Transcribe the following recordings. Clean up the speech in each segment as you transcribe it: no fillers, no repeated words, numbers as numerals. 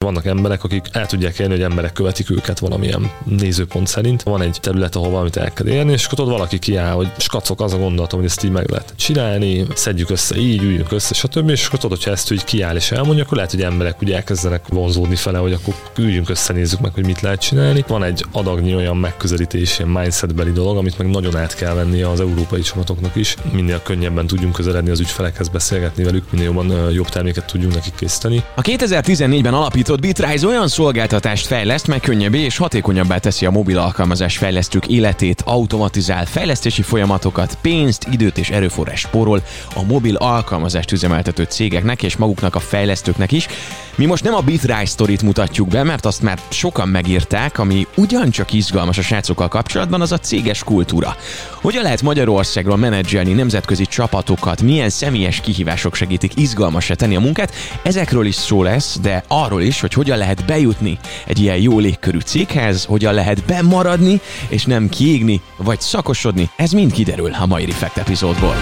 vannak emberek, akik el tudják élni, hogy emberek követik őket valamilyen nézőpont szerint. Van egy terület, ahol valamit el kell érni, és akkor ott valaki kiáll, hogy skacok, az a gondolatom, hogy ezt így meg lehet csinálni, szedjük össze így, üljünk össze, stb. És akkor tudod, hogyha ezt így kiáll és elmondja, akkor lehet, hogy emberek ugye elkezdenek vonzódni fele, hogy akkor üljünk össze, nézzük meg, hogy mit lehet csinálni. Van egy adagnyi olyan megközelítés, ilyen mindsetbeli dolog, amit meg nagyon át kell venni az európai csapatoknak is. Minél könnyebben tudjunk közeledni az ügyfelekhez, beszélgetni velük, minél jobban jobb terméket tudjunk nekik készíteni. A 2014-ben alapított Bitrise olyan szolgáltatást fejleszt, meg könnyebbé és hatékonyabbá teszi a mobil alkalmazás fejlesztők életét, automatizál fejlesztési folyamatokat, pénzt, időt és erőforrás spórol a mobil alkalmazást üzemeltető cégeknek és maguknak a fejlesztőknek is. Mi most nem a Bitrise sztorit mutatjuk be, mert azt már sokan megírták, ami ugyancsak izgalmas a srácokkal kapcsolatban, az a céges kultúra. Hogyan lehet Magyarországról menedzselni nemzetközi csapatokat, milyen személyes kihívások segítik izgalmassá tenni a munkát, ezekről is szó lesz, de arról is, hogy hogyan lehet bejutni egy ilyen jó légkörű céghez, hogyan lehet bemaradni és nem kiégni vagy szakosodni, ez mind kiderül a mai Refekt epizódból.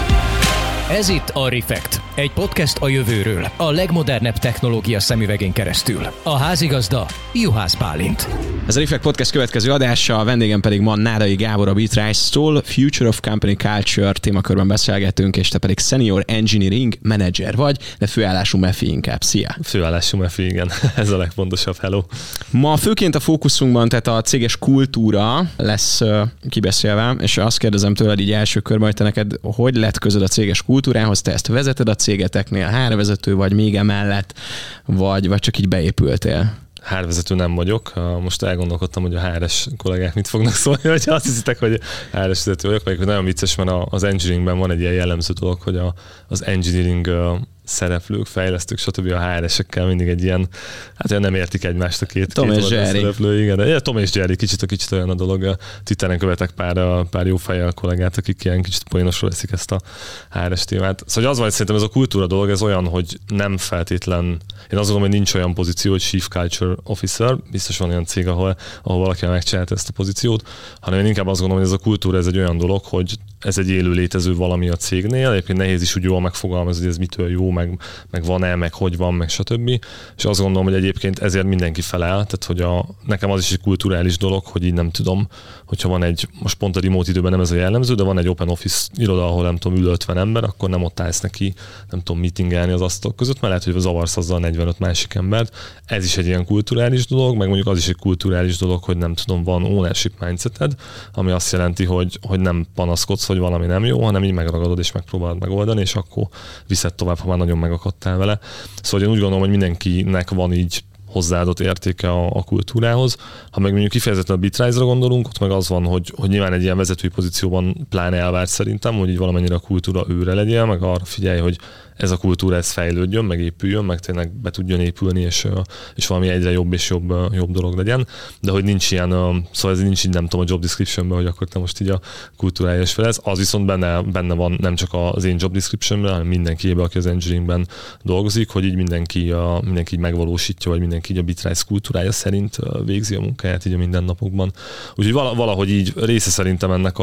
Ez itt a Refekt, egy podcast a jövőről, a legmodernebb technológia szemüvegén keresztül. A házigazda Juhász Bálint. Ez a Refekt podcast következő adása, a vendégem pedig ma Nádai Gábor, a Bitrise-tól, Future of Company Culture témakörben beszélgetünk, és te pedig Senior Engineering Manager vagy, de főállású MEFI inkább. Szia! Főállású MEFI, igen. Ez a legfontosabb. Hello! Ma főként a fókuszunkban, tehát a céges kultúra lesz kibeszélve, és azt kérdezem tőled így első körben, hogy te neked hogy lett közöd a céges kultúrához, te ezt vezeted a cégeteknél, HR-vezető vagy még emellett, vagy csak így beépültél? HR-vezető nem vagyok. Most elgondolkodtam, hogy a HR-es kollégák mit fognak szólni, hogyha azt hiszitek, hogy HR-es vezető vagyok, meg nagyon vicces, mert az engineeringben van egy ilyen jellemző dolog, hogy az engineering szereplők, fejlesztők, stb. A HR-esekkel mindig egy ilyen, hát olyan nem értik egymást a két szereplő. Igen, de Tom és Jerry, kicsit olyan a dolog. Twitteren követek pár jó fejjel kollégát, akik ilyen kicsit poénosra veszik ezt a HR-es témát. Szóval az van, hogy szerintem ez a kultúra dolog, ez olyan, hogy nem feltétlen, én azt gondolom, hogy nincs olyan pozíció, hogy Chief Culture Officer, biztos van olyan cég, ahol valaki megcsinálta ezt a pozíciót, hanem én inkább azt gondolom, hogy ez a kultúra, ez egy olyan dolog, hogy ez egy élő létező valami a cégnél, egyébként nehéz is úgy jól megfogalmazni, hogy ez mitől jó, meg van-e, meg hogy van, meg stb. És azt gondolom, hogy egyébként ezért mindenki felel, tehát hogy nekem az is egy kulturális dolog, hogy így nem tudom, hogyha van most pont a remote időben nem ez a jellemző, de van egy open office iroda, ahol nem tudom, ül 50 ember, akkor nem ott állsz neki, nem tudom, meetingelni az asztalok között, mert lehet, hogy zavarsz azzal 45 másik embert. Ez is egy ilyen kulturális dolog, meg mondjuk az is egy kulturális dolog, hogy nem tudom, van ownership mindseted, ami azt jelenti, hogy nem panaszkodsz, hogy valami nem jó, hanem így megragadod és megpróbálod megoldani, és akkor viszed tovább, ha már nagyon megakadtál vele. Szóval én úgy gondolom, hogy mindenkinek van így hozzáadott értéke a kultúrához. Ha meg mondjuk kifejezetten a Bitrise-ra gondolunk, ott meg az van, hogy nyilván egy ilyen vezetői pozícióban pláne elvárt szerintem, hogy így valamennyire a kultúra őre legyen, meg arra figyelj, hogy ez a kultúra ez fejlődjön, meg épüljön, meg tényleg be tudjon épülni, és valami egyre jobb és jobb dolog legyen. De hogy nincs ilyen, szóval ez nincs így, nem tudom, a job descriptionben, hogy akkor te most így a kultúrája is felez. Az viszont benne van nem csak az én job descriptionben, hanem mindenkiében, aki az engineeringben dolgozik, hogy így mindenki így megvalósítja, vagy mindenki így a Bitrise kultúrája szerint végzi a munkáját így a mindennapokban. Úgyhogy valahogy így része szerintem ennek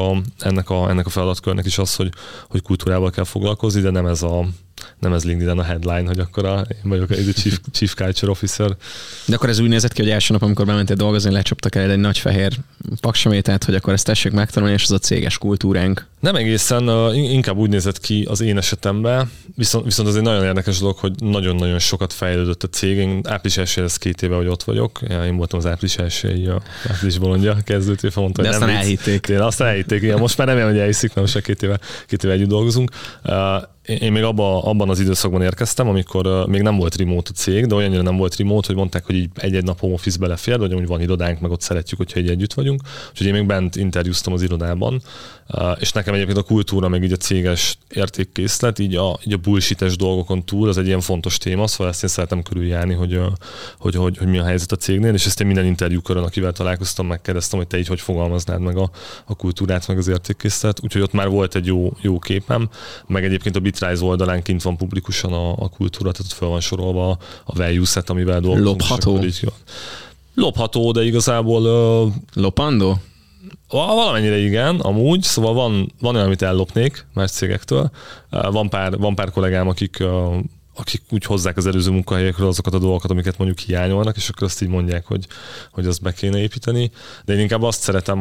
a feladatkörnek is az, hogy kultúrával kell foglalkozni, de nem ez LinkedIn a headline, hogy akkor én vagyok egy Chief Culture Officer. De akkor ez úgy nézett ki, hogy első nap, amikor bementél dolgozni, lecsaptak el egy nagy fehér paksamétát, hogy akkor ezt tessék megtanulni, és az a céges kultúránk. Nem egészen, inkább úgy nézett ki az én esetemben, viszont az egy nagyon érdekes dolog, hogy nagyon-nagyon sokat fejlődött a cég. Én április 1-én ez 2 éve, hogy ott vagyok. Én voltam az április 1-i április bolondja kezdőtől, mondta, hogy aztán elhitték. Aztán elhitték, igen. Most már remélem, hogy elhiszik, mert most 2 éve együtt dolgozunk. Én még abban az időszakban érkeztem, amikor még nem volt remote a cég, de olyannyira nem volt remote, hogy mondták, hogy így egy nap home office belefér, vagy amúgy van irodánk, meg ott szeretjük, hogyha így együtt vagyunk. Úgyhogy én még bent interjúztam az irodában, és nekem egyébként a kultúra, meg így a céges értékkészlet, így a bullshit-es dolgokon túl, az egy ilyen fontos téma, szóval ezt én szeretem körüljárni, hogy mi a helyzet a cégnél, és ezt én minden interjúkörön, akivel találkoztam, megkérdeztem, hogy te így hogy fogalmaznád meg a kultúrát, meg az értékkészlet. Úgyhogy ott már volt egy jó képem, meg egyébként a Bitrise oldalán kint van publikusan a kultúra, tehát ott fel van sorolva a value set, amivel dolgozunk. Lopható? Lopható, de igazából... Lopandó? Valamennyire igen, amúgy, szóval van olyan, amit ellopnék más cégektől. Van pár kollégám, akik úgy hozzák az előző munkahelyekről azokat a dolgokat, amiket mondjuk hiányolnak, és akkor azt így mondják, hogy azt be kéne építeni. De én inkább azt szeretem,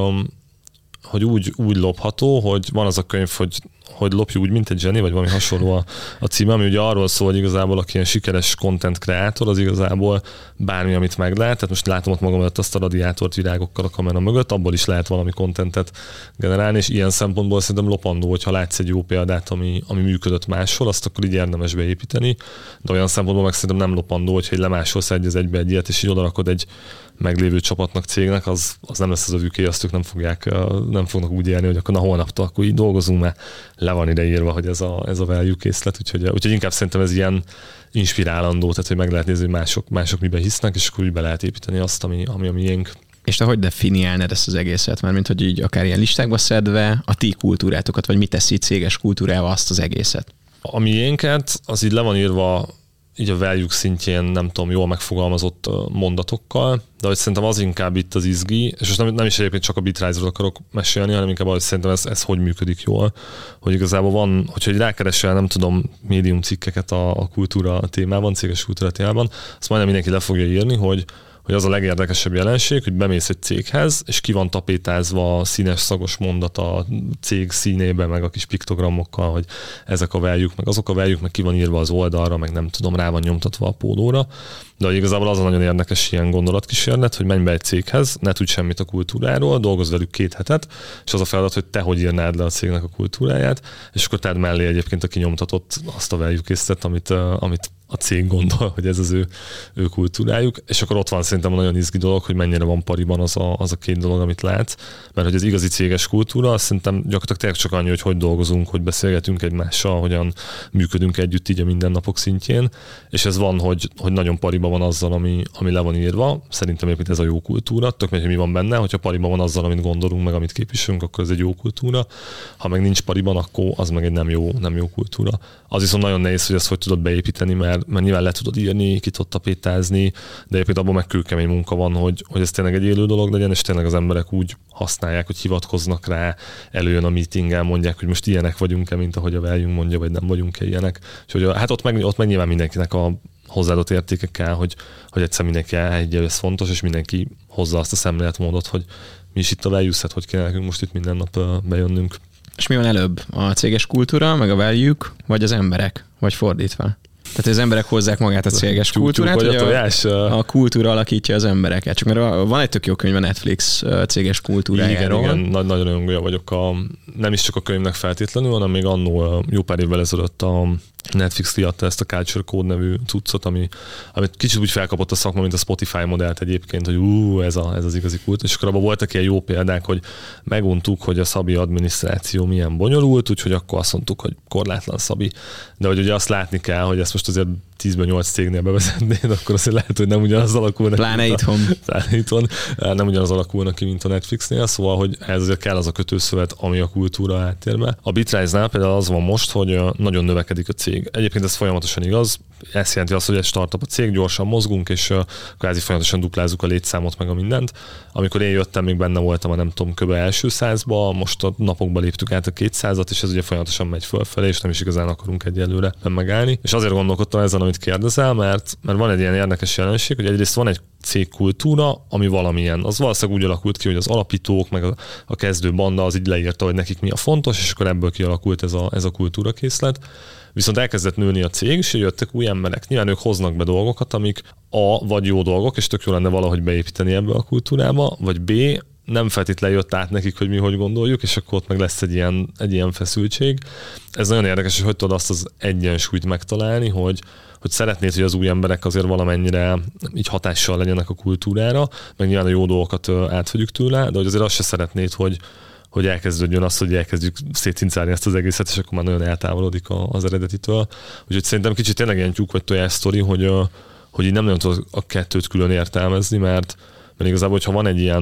hogy úgy lopható, hogy van az a könyv, hogy lopj úgy, mint egy zseni, vagy valami hasonló a címe, ami ugye arról szól, hogy igazából aki ilyen sikeres content creator, az igazából bármi, amit meglát, tehát most látom ott magam előtt azt a radiátort virágokkal a kamera mögött, abból is lehet valami contentet generálni, és ilyen szempontból szerintem lopandó, hogyha látsz egy jó példát, ami működött máshol, azt akkor így érdemes beépíteni, de olyan szempontból meg szerintem nem lopandó, hogyha egy lemásolsz egy ilyet, és így odarakod egy meglévő csapatnak, cégnek, az nem lesz az övüké, azt ők nem fognak úgy élni, hogy akkor holnaptól akkor így dolgozunk, mert le van ide írva, hogy ez a value készlet, úgyhogy inkább szerintem ez ilyen inspirálandó, tehát hogy meg lehet nézni, hogy mások miben hisznek, és akkor úgy be lehet építeni azt, ami a miénk. És te hogy definiálnád ezt az egészet? Mert mint hogy így akár ilyen listákba szedve a ti kultúrátokat, vagy mit teszi céges kultúrával azt az egészet? A miénket, az így le van írva így a value szintjén, nem tudom, jól megfogalmazott mondatokkal, de hogy szerintem az inkább itt az izgi, és most nem is egyébként csak a Bitrise-ról akarok mesélni, hanem inkább az, szerintem ez hogy működik jól, hogy igazából van, hogyha rákeresel, nem tudom, médium cikkeket a kultúra témában, céges kultúra témában, azt majdnem mindenki le fogja írni, hogy az a legérdekesebb jelenség, hogy bemész egy céghez, és ki van tapétázva a színes szagos mondat a cég színében, meg a kis piktogramokkal, hogy ezek a value-k, meg azok a value-k, meg ki van írva az oldalra, meg nem tudom, rá van nyomtatva a pólóra. De hogy igazából az a nagyon érdekes ilyen gondolatkísérlet, hogy menj be egy céghez, ne tudj semmit a kultúráról, dolgozz velük 2 hetet, és az a feladat, hogy te hogy írnád le a cégnek a kultúráját, és akkor tedd mellé egyébként a kinyomtatott azt a value készlet, amit a cég gondol, hogy ez az ő kultúrájuk, és akkor ott van szerintem nagyon izgi dolog, hogy mennyire van pariban az a 2 dolog, amit látsz, mert hogy az igazi céges kultúra, azt szerintem gyakorlatilag tényleg csak annyi, hogy dolgozunk, hogy beszélgetünk egymással, hogyan működünk együtt így a mindennapok szintjén, és ez van, hogy nagyon pariban van azzal, ami le van írva, szerintem egyébként ez a jó kultúra, tök hogy mi van benne, hogyha pariban van azzal, amit gondolunk, meg amit képviselünk, akkor ez egy jó kultúra, ha meg nincs pariban, akkor az meg egy nem jó kultúra. Az viszont nagyon nehéz, hogy ezt hogy tudod beépíteni, mert nyilván le tudod írni, ki tudod tapétázni, de egyébként abban meg kőkemény munka van, hogy ez tényleg egy élő dolog legyen, és tényleg az emberek úgy használják, hogy hivatkoznak rá, előjön a meetingen, mondják, hogy most ilyenek vagyunk-e, mint ahogy a value mondja, vagy nem vagyunk-e ilyenek. Úgyhogy hát ott meg nyilván mindenkinek a hozzáadott értékek kell, hogy egyszer mindenki elhiggye, hogy ez fontos, és mindenki hozza azt a szemléletmódot, hogy mi is itt a value set, hogy kéne nekünk most itt minden nap bejönnünk. És mi van előbb? A céges kultúra, meg a value-k, vagy az emberek, vagy fordítva? Tehát az emberek hozzák magát a céges kultúrát, vagy a kultúra alakítja az embereket. Csak mert van egy tök jó könyv a Netflix céges kultúrájáról. Igen, nagyon rajongója vagyok. Nem is csak a könyvnek feltétlenül, hanem még annó jó pár évvel ezelőtt a Netflix kiadta ezt a Culture Code nevű cuccot, amit kicsit úgy felkapott a szakma, mint a Spotify modellt egyébként, hogy ez az igazi kult. És akkor abban voltak ilyen jó példák, hogy meguntuk, hogy a szabi adminisztráció milyen bonyolult, úgyhogy akkor azt mondtuk, hogy korlátlan szabi. De hogy ugye azt látni kell, hogy ezt most azért 10-ből 8 cégnél bevezetnéd, akkor azért lehet, hogy nem ugyanaz alakulnak. Pláne itthon. Nem ugyanaz alakulnak ki, mint a Netflixnél, szóval, hogy ez azért kell az a kötőszövet, ami a kultúra háttérbe. A Bitrise-nál például az van most, hogy nagyon növekedik a cég. Egyébként ez folyamatosan igaz. Ez jelenti azt, hogy egy startup a cég, gyorsan mozgunk, és kvázi folyamatosan duplázzuk a létszámot, meg a mindent. Amikor én jöttem, még benne voltam a nem tudom, kb. Első 100-ba, most a napokban léptük át a 200-at, és ez ugye folyamatosan megy fölfelé, és nem is igazán akarunk egyelőre megállni. És azért gondolkodtam ezen, amit kérdezel, mert van egy ilyen érdekes jelenség, hogy egyrészt van egy cégkultúra, ami valamilyen. Az valószínűleg úgy alakult ki, hogy az alapítók, meg a kezdő banda az így leírta, hogy nekik mi a fontos, és akkor ebből kialakult ez a kultúrakészlet. Viszont elkezdett nőni a cég, és jöttek új emberek. Nyilván ők hoznak be dolgokat, amik vagy jó dolgok, és tök jó lenne valahogy beépíteni ebbe a kultúrába, vagy B, nem feltétlenül jött át nekik, hogy mi hogy gondoljuk, és akkor ott meg lesz egy ilyen feszültség. Ez nagyon érdekes, hogy tudod azt az egyensúlyt megtalálni, hogy szeretnéd, hogy az új emberek azért valamennyire így hatással legyenek a kultúrára, meg nyilván a jó dolgokat átvegyük tőle, de hogy azért azt se szeretnéd, hogy elkezdődjön az, hogy elkezdjük szétcincálni ezt az egészet, és akkor már nagyon eltávolodik az eredetitől. Úgyhogy szerintem kicsit tényleg ilyen tyúk vagy tojás sztori, hogy így nem nagyon tudod a kettőt külön értelmezni, mert igazából, hogyha van egy ilyen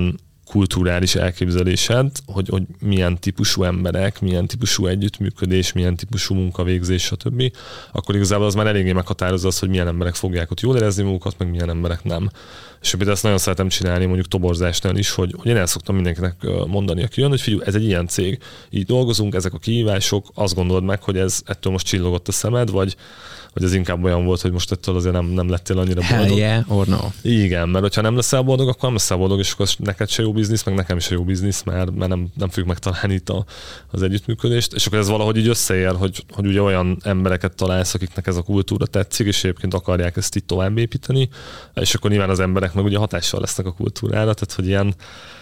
kulturális elképzelésed, hogy milyen típusú emberek, milyen típusú együttműködés, milyen típusú munkavégzés, stb., akkor igazából az már eléggé meghatározza az, hogy milyen emberek fogják ott jól érezni magukat, meg milyen emberek nem. És például ezt nagyon szeretem csinálni mondjuk toborzásnál is, hogy én el szoktam mindenkinek mondani, aki jön, hogy figyelj, ez egy ilyen cég, így dolgozunk, ezek a kihívások, azt gondold meg, hogy ettől most csillogott a szemed, vagy ez inkább olyan volt, hogy most ettől azért nem lettél annyira boldog. Hell yeah, or no. Igen, mert hogyha nem leszel boldog, akkor nem leszel boldog, és akkor neked se jó biznisz, meg nekem is jó biznisz, mert nem fogjuk megtalálni itt az együttműködést, és akkor ez valahogy így összeér, hogy ugye olyan embereket találsz, akiknek ez a kultúra tetszik, és egyébként akarják ezt itt tovább építeni, és akkor nyilván az emberek meg ugye hatással lesznek a kultúrára, tehát hogy ilyen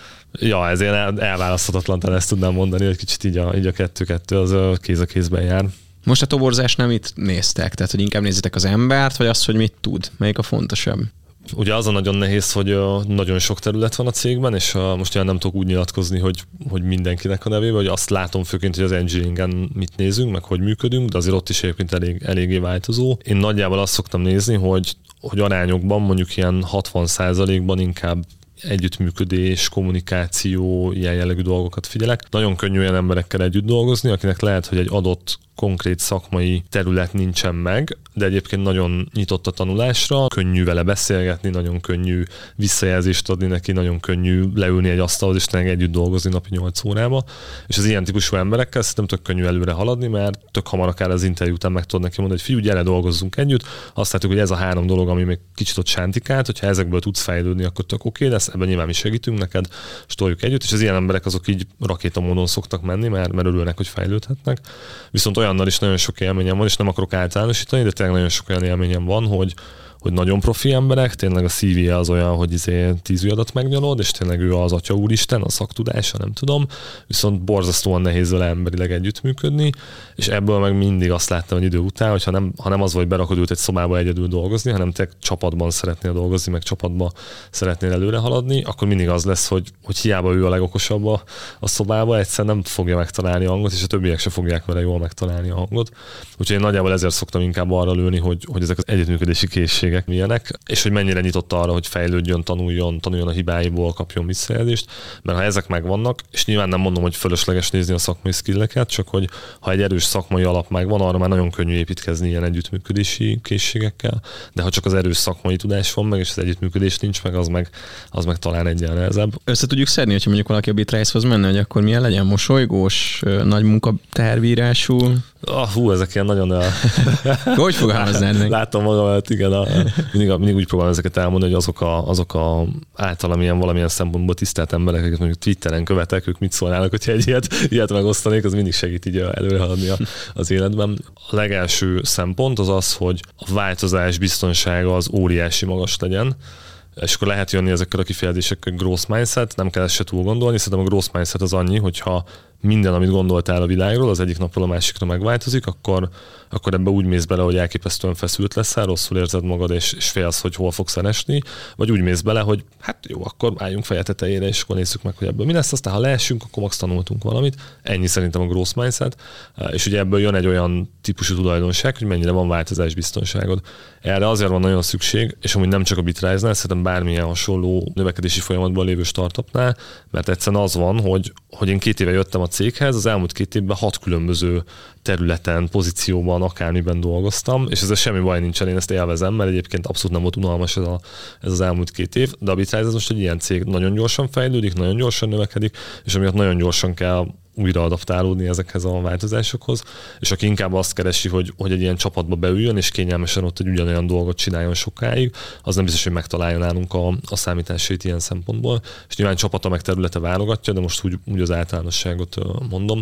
ez ilyen elválaszthatatlan, talán ezt tudnám mondani, hogy kicsit így a kettő az kéz a kézben jár. Most a toborzásnál mit néztek? Tehát, hogy inkább nézitek az embert, vagy azt, hogy mit tud? Melyik a fontosabb? Ugye az a nagyon nehéz, hogy nagyon sok terület van a cégben, és most olyan nem tudok úgy nyilatkozni, hogy mindenkinek a nevébe, hogy azt látom főként, hogy az engineeringen mit nézünk, meg hogy működünk, de azért ott is egyébként eléggé változó. Én nagyjából azt szoktam nézni, hogy arányokban mondjuk ilyen 60%-ban inkább együttműködés, kommunikáció, ilyen jellegű dolgokat figyelek. Nagyon könnyű olyan emberekkel együtt dolgozni, akinek lehet, hogy egy adott konkrét szakmai terület nincsen meg, de egyébként nagyon nyitott a tanulásra, könnyű vele beszélgetni, nagyon könnyű visszajelzést adni neki, nagyon könnyű leülni egy asztalhoz és tényleg együtt dolgozni napi 8 órába. És az ilyen típusú emberekkel szerintem tök könnyű előre haladni, mert tök hamar akár az interjú után meg tudod neki mondani, hogy fiú, gyere, dolgozzunk együtt. Azt látjuk, hogy ez a 3 dolog, ami még kicsit ott sántikált, hogyha ezekből tudsz fejlődni, akkor tök oké lesz, ebben nyilván mi segítünk neked, és toljuk együtt, és az ilyen emberek azok így rakétamódon szoktak menni, mert örülnek, hogy fejlődhetnek. Viszont olyannal is nagyon sok élményem van, és nem akarok általánosítani, de tényleg nagyon sok olyan élményem van, hogy nagyon profi emberek, tényleg a CV-je az olyan, hogy 10 ujjadat megnyalod, és tényleg ő az atya úristen, a szaktudása, nem tudom, viszont borzasztóan nehéz vele emberileg együttműködni, és ebből meg mindig azt láttam egy idő után, hogy ha nem az, hogy berakod őt egy szobába egyedül dolgozni, hanem te csapatban szeretnél dolgozni, meg csapatba szeretnél előre haladni, akkor mindig az lesz, hogy hiába ő a legokosabb a szobába, egyszer nem fogja megtalálni a hangot, és a többiek se fogják vele jól megtalálni a hangot. Úgyhogy én nagyjából ezért szoktam inkább arra lőni, hogy ezek az együttműködési készségek milyenek, és hogy mennyire nyitott arra, hogy fejlődjön, tanuljon a hibáiból, kapjon visszajelzést, mert ha ezek megvannak, és nyilván nem mondom, hogy fölösleges nézni a szakmai skilleket, csak hogy ha egy erős szakmai alap megvan, arra már nagyon könnyű építkezni ilyen együttműködési készségekkel, de ha csak az erős szakmai tudás van meg, és az együttműködés nincs meg, az meg talán egyen nehezebb. Össze tudjuk szedni, hogyha mondjuk valaki a Bitrise-hoz menne, hogy akkor milyen legyen, mosolygós, nagy munkatervírású? Ezek ilyen nagyon... Hogy fogalmaznád meg? Látom magam, igen, mindig úgy próbálom ezeket elmondani, hogy azok a általam valamilyen szempontból tisztelt emberek, akiket mondjuk Twitteren követek, ők mit szólnának, hogyha egy ilyet megosztanék, az mindig segít így előre haladni az életben. A legelső szempont az, hogy a változás biztonsága az óriási magas legyen, és akkor lehet jönni ezekkel a kifejezésekkel growth mindset, nem kell ezt se túl gondolni, szerintem a growth mindset az annyi, hogyha minden, amit gondoltál a világról, az egyik napról a másikra megváltozik, akkor ebbe úgy mész bele, hogy elképesztően feszült leszel, rosszul érzed magad, és félsz, hogy hol fogsz elesni, vagy úgy mész bele, hogy hát jó, akkor álljunk feje tetejére, és akkor nézzük meg, hogy ebből mi lesz, aztán ha leesünk, akkor max tanultunk valamit. Ennyi szerintem a growth mindset, és ugye ebből jön egy olyan típusú tulajdonság, hogy mennyire van változás biztonságod. Erre azért van nagyon szükség, és amúgy nem csak a Bitrise-nál, szerintem bármilyen hasonló növekedési folyamatban lévő startupnál, mert egyszerűen az van, hogy én 2 éve jöttem a céghez, az elmúlt 2 évben 6 különböző területen, pozícióban, akármiben dolgoztam, és ezzel semmi baj nincsen, én ezt élvezem, mert egyébként abszolút nem volt unalmas ez az elmúlt 2 év, de a Bitrise most egy ilyen cég, nagyon gyorsan fejlődik, nagyon gyorsan növekedik, és amiatt nagyon gyorsan kell újra adaptálódni ezekhez a változásokhoz, és aki inkább azt keresi, hogy egy ilyen csapatba beüljön, és kényelmesen ott egy ugyanolyan dolgot csináljon sokáig, az nem biztos, hogy megtalálja nálunk a számításait ilyen szempontból, és nyilván csapata meg területe válogatja, de most úgy az általánosságot mondom.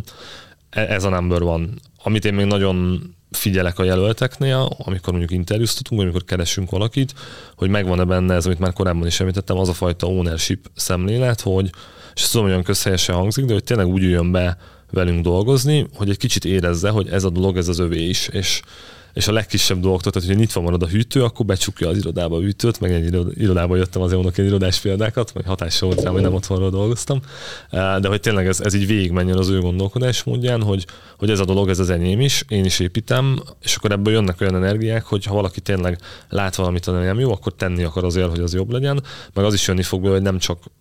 Ez a number one. Amit én még nagyon figyelek a jelölteknél, amikor mondjuk interjúztatunk, vagy amikor keresünk valakit, hogy megvan-e benne ez, amit már korábban is említettem, az a fajta ownership szemlélet, hogy, és ezt tudom, hogy olyan közhelyesen hangzik, de hogy tényleg úgy jöjjön be velünk dolgozni, hogy egy kicsit érezze, hogy ez a dolog, ez az övé is, és a legkisebb dolgoktól, tehát hogyha nyitva marad a hűtő, akkor becsukja az irodába a hűtőt, meg egy irodába jöttem, azért mondok ilyen irodás példákat, vagy hatással volt rám, hogy nem otthonról dolgoztam, de hogy tényleg ez így végigmenjen az ő gondolkodásmódján, hogy ez a dolog, ez az enyém is, én is építem, és akkor ebből jönnek olyan energiák, hogy ha valaki tényleg lát valamit, ami nem jó, akkor tenni akar azért, hogy az jobb legyen, meg az is jönni fog be, hogy nem csak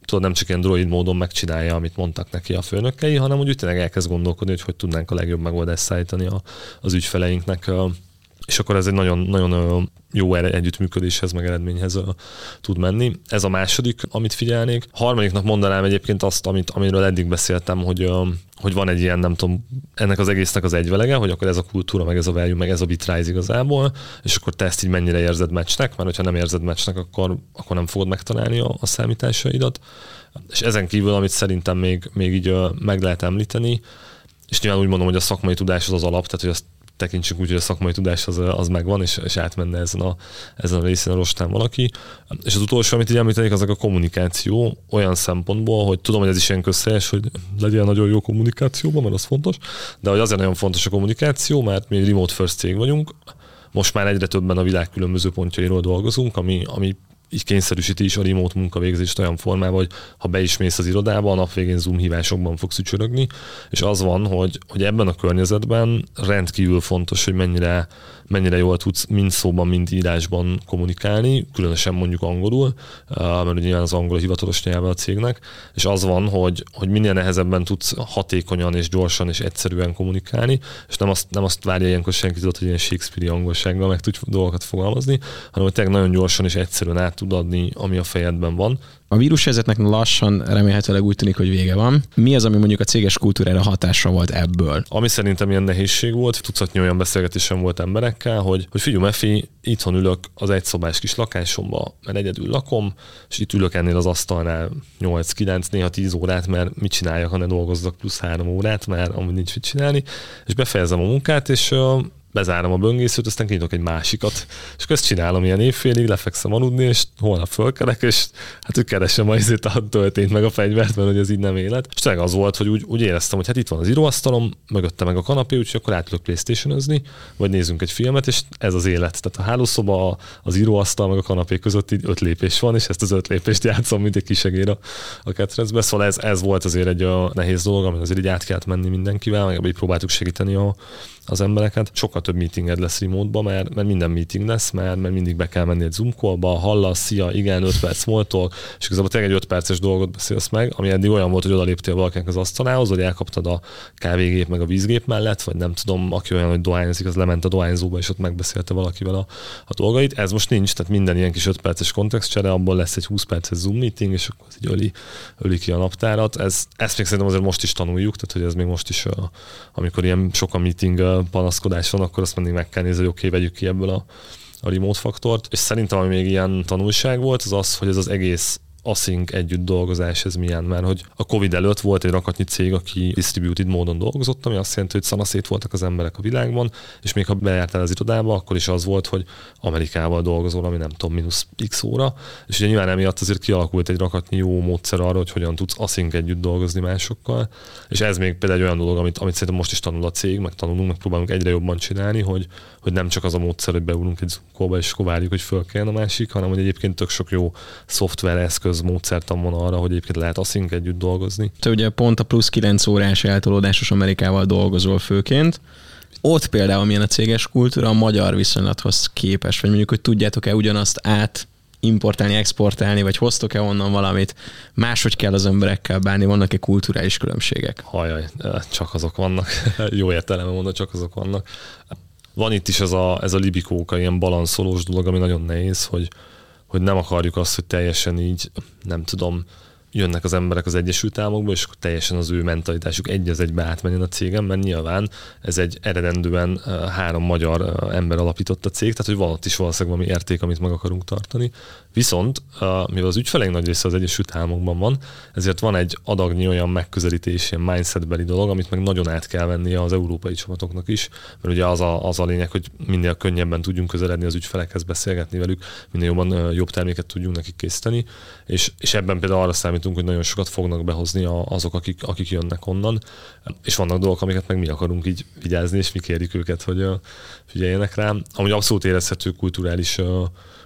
tudod, nem csak ilyen droid módon megcsinálja, amit mondtak neki a főnökei, hanem úgy tényleg elkezd gondolkodni, hogy tudnánk a legjobb megoldást szállítani az ügyfeleinknek. És akkor ez egy nagyon, nagyon jó együttműködéshez, meg eredményhez tud menni. Ez a második, amit figyelnék. Harmadiknak mondanám egyébként azt, amiről eddig beszéltem, hogy van egy ilyen, nem tudom, ennek az egésznek az egyvelege, hogy akkor ez a kultúra, meg ez a value, meg ez a Bitrise igazából, és akkor te ezt így mennyire érzed matchnek, mert hogyha nem érzed matchnek, akkor nem fogod megtalálni a számításaidat. És ezen kívül, amit szerintem még így meg lehet említeni, és nyilván úgy mondom, hogy a szakmai tudás az alap, tehát hogy azt tekintsük úgy, hogy a szakmai tudás az megvan, és átmenne ezen a részén a rostán valaki. És az utolsó, amit így említenék, az a kommunikáció olyan szempontból, hogy tudom, hogy ez is ilyen közhelyes, hogy legyen nagyon jó kommunikációban, mert az fontos, de hogy azért nagyon fontos a kommunikáció, mert mi egy remote first cég vagyunk, most már egyre többen a világ különböző pontjairól dolgozunk, ami így kényszerűsíti is a remote munkavégzést olyan formában, hogy ha be is mész az irodába, a nap végén Zoom hívásokban fogsz ücsörögni, és az van, hogy ebben a környezetben rendkívül fontos, hogy mennyire jól tudsz mind szóban, mind írásban kommunikálni, különösen mondjuk angolul, mert ugye nyilván az angol a hivatalos nyelve a cégnek, és az van, hogy minél nehezebben tudsz hatékonyan és gyorsan és egyszerűen kommunikálni, és nem azt várja ilyenkor senki, hogy ilyen Shakespeare-i angolsággal meg tudj dolgokat fogalmazni, hanem hogy tényleg nagyon gyorsan és egyszerűen át tud adni, ami a fejedben van. A vírushelyzetnek lassan remélhetőleg úgy tűnik, hogy vége van. Mi az, ami mondjuk a céges kultúrára hatással volt ebből? Ami szerintem ilyen nehézség volt, tucatnyi olyan beszélgetésem volt emberekkel, hogy figyelj, Mefi, itthon ülök az egyszobás kis lakásomba, mert egyedül lakom, és itt ülök ennél az asztalnál 8-9, néha 10 órát, mert mit csináljak, ha ne dolgozzak plusz 3 órát, mert amúgy nincs mit csinálni, és befejezem a munkát, és bezárom a böngészőt, aztán kinyitok egy másikat, és ezt csinálom ilyen évfélig, lefekszem aludni, és holnap fölkelek, és hát úgy keresem a töltényt meg a fegyvert, mert hogy ez így nem élet. És tényleg az volt, hogy úgy éreztem, hogy hát itt van az íróasztalom, mögötte meg a kanapé, úgyhogy akkor átülök PlayStation-özni, vagy nézzünk egy filmet, és ez az élet. Tehát a hálószoba, az íróasztal meg a kanapé között így 5 lépés van, és ezt az 5 lépést játszom, mint egy kisegér a ketrecbe. Szóval ez volt azért egy nehéz dolog, amit azért így át kellett menni mindenkivel, meg így próbáltuk segíteni az embereket. Sokkal több meetinged lesz remote-ba, mert minden meeting lesz, mert mindig be kell menni egy Zoom call-ba, hallasz, szia, igen, 5 perc small-talk, és igazából tényleg egy 5 perces dolgot beszélsz meg, ami eddig olyan volt, hogy odaléptél valakinek az asztalához, hogy elkaptad a kávégép meg a vízgép mellett, vagy nem tudom, aki olyan, hogy dohányzik, az lement a dohányzóba, és ott megbeszélte valakivel a dolgait. Ez most nincs, tehát minden ilyen kis 5 perces kontextcsere, abból lesz egy 20 perces Zoom meeting, és akkor az így öli ki a naptárat. Ezt még szerintem azért most is tanuljuk, tehát hogy ez még most is, amikor ilyen sok a meeting panaszkodás van, akkor azt mindig meg kell nézni, hogy oké, vegyük ki ebből a remote faktort. És szerintem, ami még ilyen tanulság volt, az, hogy ez az egész async együtt dolgozás, ez milyen, mert hogy a Covid előtt volt egy rakatnyi cég, aki distributed módon dolgozott, ami azt jelenti, hogy szanaszét voltak az emberek a világban, és még ha bejártál az irodába, akkor is az volt, hogy Amerikával dolgozol, ami nem tudom, mínusz x óra, és ugye nyilván emiatt azért kialakult egy rakatnyi jó módszer arra, hogy hogyan tudsz async együtt dolgozni másokkal, és ez még például egy olyan dolog, amit szerintem most is tanul a cég, meg tanulunk, meg próbálunk egyre jobban csinálni, hogy nem csak az a módszer, hogy beülünk egy Zoom-ba, és akkor várjuk, hogy fölkeljen a másik, hanem hogy egyébként tök sok jó szoftver eszköz módszertan van arra, hogy egyébként lehet async együtt dolgozni. Te ugye pont a plusz 9 órás eltolódásos Amerikával dolgozol főként. Ott például milyen a céges kultúra a magyar viszonylathoz képes, vagy mondjuk, hogy tudjátok-e ugyanazt importálni, exportálni, vagy hoztok-e onnan valamit, máshogy kell az emberekkel bánni, vannak-e kulturális különbségek? Hajjaj, csak azok vannak. Jó értelemben mondom, csak azok vannak. Van itt is ez a libikóka, ilyen balanszolós dolog, ami nagyon nehéz, hogy nem akarjuk azt, hogy teljesen így, nem tudom, jönnek az emberek az Egyesült Államokból, és akkor teljesen az ő mentalitásuk egy az egybe átmenjen a cégem, mert nyilván ez egy eredendően 3 magyar ember alapított a cég, tehát hogy van ott is valószínűleg valami érték, amit meg akarunk tartani. Viszont, mivel az ügyfeleink nagy része az Egyesült Államokban van, ezért van egy adagnyi olyan megközelítés, ilyen mindsetbeli dolog, amit meg nagyon át kell vennie az európai csapatoknak is, mert ugye az a lényeg, hogy minél könnyebben tudjunk közeledni az ügyfelekhez, beszélgetni velük, minél jobban jobb terméket tudjunk nekik készíteni, és ebben például arra számítunk, hogy nagyon sokat fognak behozni azok, akik jönnek onnan, és vannak dolgok, amiket meg mi akarunk így vigyázni, és mi kérjük őket, hogy figyeljenek rám. Amúgy abszolút érezhető kulturális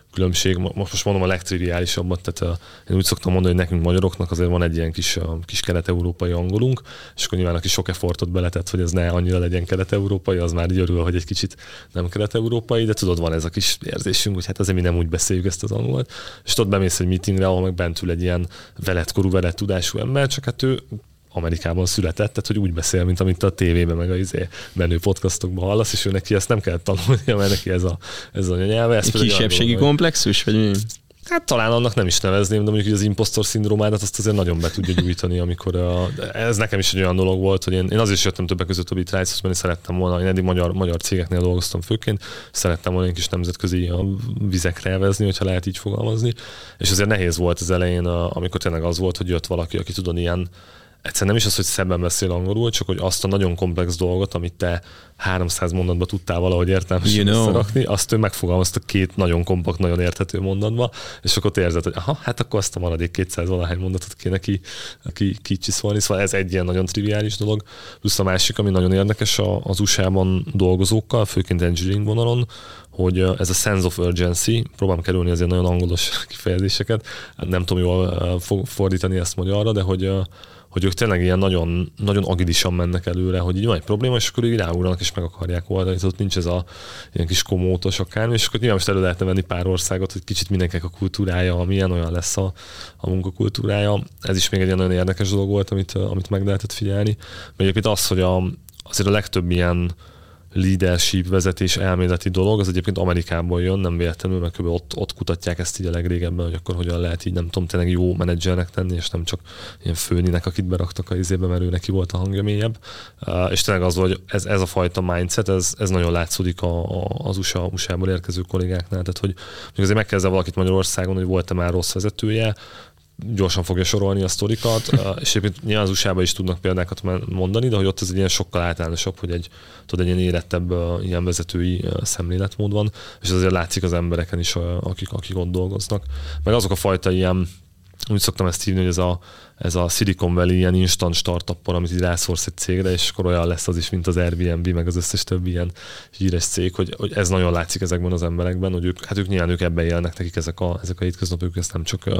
különbség. Most mondom a legtriviálisabbat, tehát én úgy szoktam mondani, hogy nekünk magyaroknak azért van egy ilyen kis kelet-európai angolunk, és akkor nyilván aki sok effortot beletett, hogy ez ne annyira legyen kelet-európai, az már így örül, hogy egy kicsit nem kelet-európai, de tudod, van ez a kis érzésünk, hogy hát azért mi nem úgy beszéljük ezt az angolt, és ott bemész egy meetingre, ahol meg bent ül egy ilyen veletkorú, veletudású ember, csak hát ő Amerikában született, tehát hogy úgy beszél, mint amit a tévében, meg a menő podcastokban hallasz, és ő neki ezt nem kell tanulnia, mert neki ez a nyelve. Kisebbségi komplexus, vagy mi? Hát talán annak nem is nevezném, de mondjuk az impostor szindrómádat azt azért nagyon be tudja gyújtani, amikor ez nekem is egy olyan dolog volt, hogy én azért is jöttem többek között a Bitrise-hoz, mert én szerettem volna, én eddig magyar cégeknél dolgoztam főként, szerettem volna egy kis nemzetközi vizekre elvezni, hogyha lehet így fogalmazni, és azért nehéz volt az elején, amikor tényleg az volt, hogy jött valaki, aki tudod ilyen, egyszerűen nem is az, hogy szebben beszél angolul, csak hogy azt a nagyon komplex dolgot, amit te 300 mondatba tudtál valahogy értelmesen összerakni, azt ő megfogalmazta 2 nagyon kompakt, nagyon érthető mondatba, és akkor érzed, hogy hát akkor azt a maradék 200 valahány mondatot kéne kicsiszolni. Szóval ez egy ilyen nagyon triviális dolog. Plusz a másik, ami nagyon érdekes az USA-ban dolgozókkal, főként engineering vonalon, hogy ez a sense of urgency, próbálom kerülni azért nagyon angolos kifejezéseket, nem tudom jól fordítani ezt magyarra, de hogy ők tényleg ilyen nagyon, nagyon agilisan mennek előre, hogy így van egy probléma, és akkor így ráugranak és meg akarják oldani, tehát ott nincs ez a ilyen kis komótos akármi, és akkor nyilván most elő lehetne venni pár országot, hogy kicsit mindenkinek a kultúrája, milyen olyan lesz a munkakultúrája. Ez is még egy ilyen nagyon érdekes dolog volt, amit meg lehetett figyelni. Mert egyébként az, hogy azért a legtöbb ilyen leadership, vezetés, elméleti dolog, az egyébként Amerikából jön, nem véletlenül, mert ott kutatják ezt így a legrégebben, hogy akkor hogyan lehet így, nem tudom, tényleg jó menedzsernek tenni, és nem csak ilyen főninek, akit beraktak a izébe, mert ő neki volt a hangja mélyebb. És tényleg az, hogy ez a fajta mindset, ez nagyon látszódik az USA-ból érkező kollégáknál, tehát hogy azért megkezdve valakit Magyarországon, hogy volt-e már rossz vezetője, gyorsan fogja sorolni a sztorikat, és egyébként nyilván az USA-ban is tudnak példákat mondani, de hogy ott ez egy ilyen sokkal általánosabb, hogy egy ilyen érettebb ilyen vezetői szemléletmód van, és azért látszik az embereken is, akik ott dolgoznak. Meg azok a fajta ilyen, úgy szoktam ezt hívni, hogy ez a Silicon Valley ilyen instant startuppon, amit így rászórsz egy cégre, és akkor olyan lesz az is, mint az Airbnb, meg az összes többi ilyen híres cég, hogy ez nagyon látszik ezekben az emberekben, hogy ők nyilván ebben élnek, nekik ezek a hétköznapok, ezt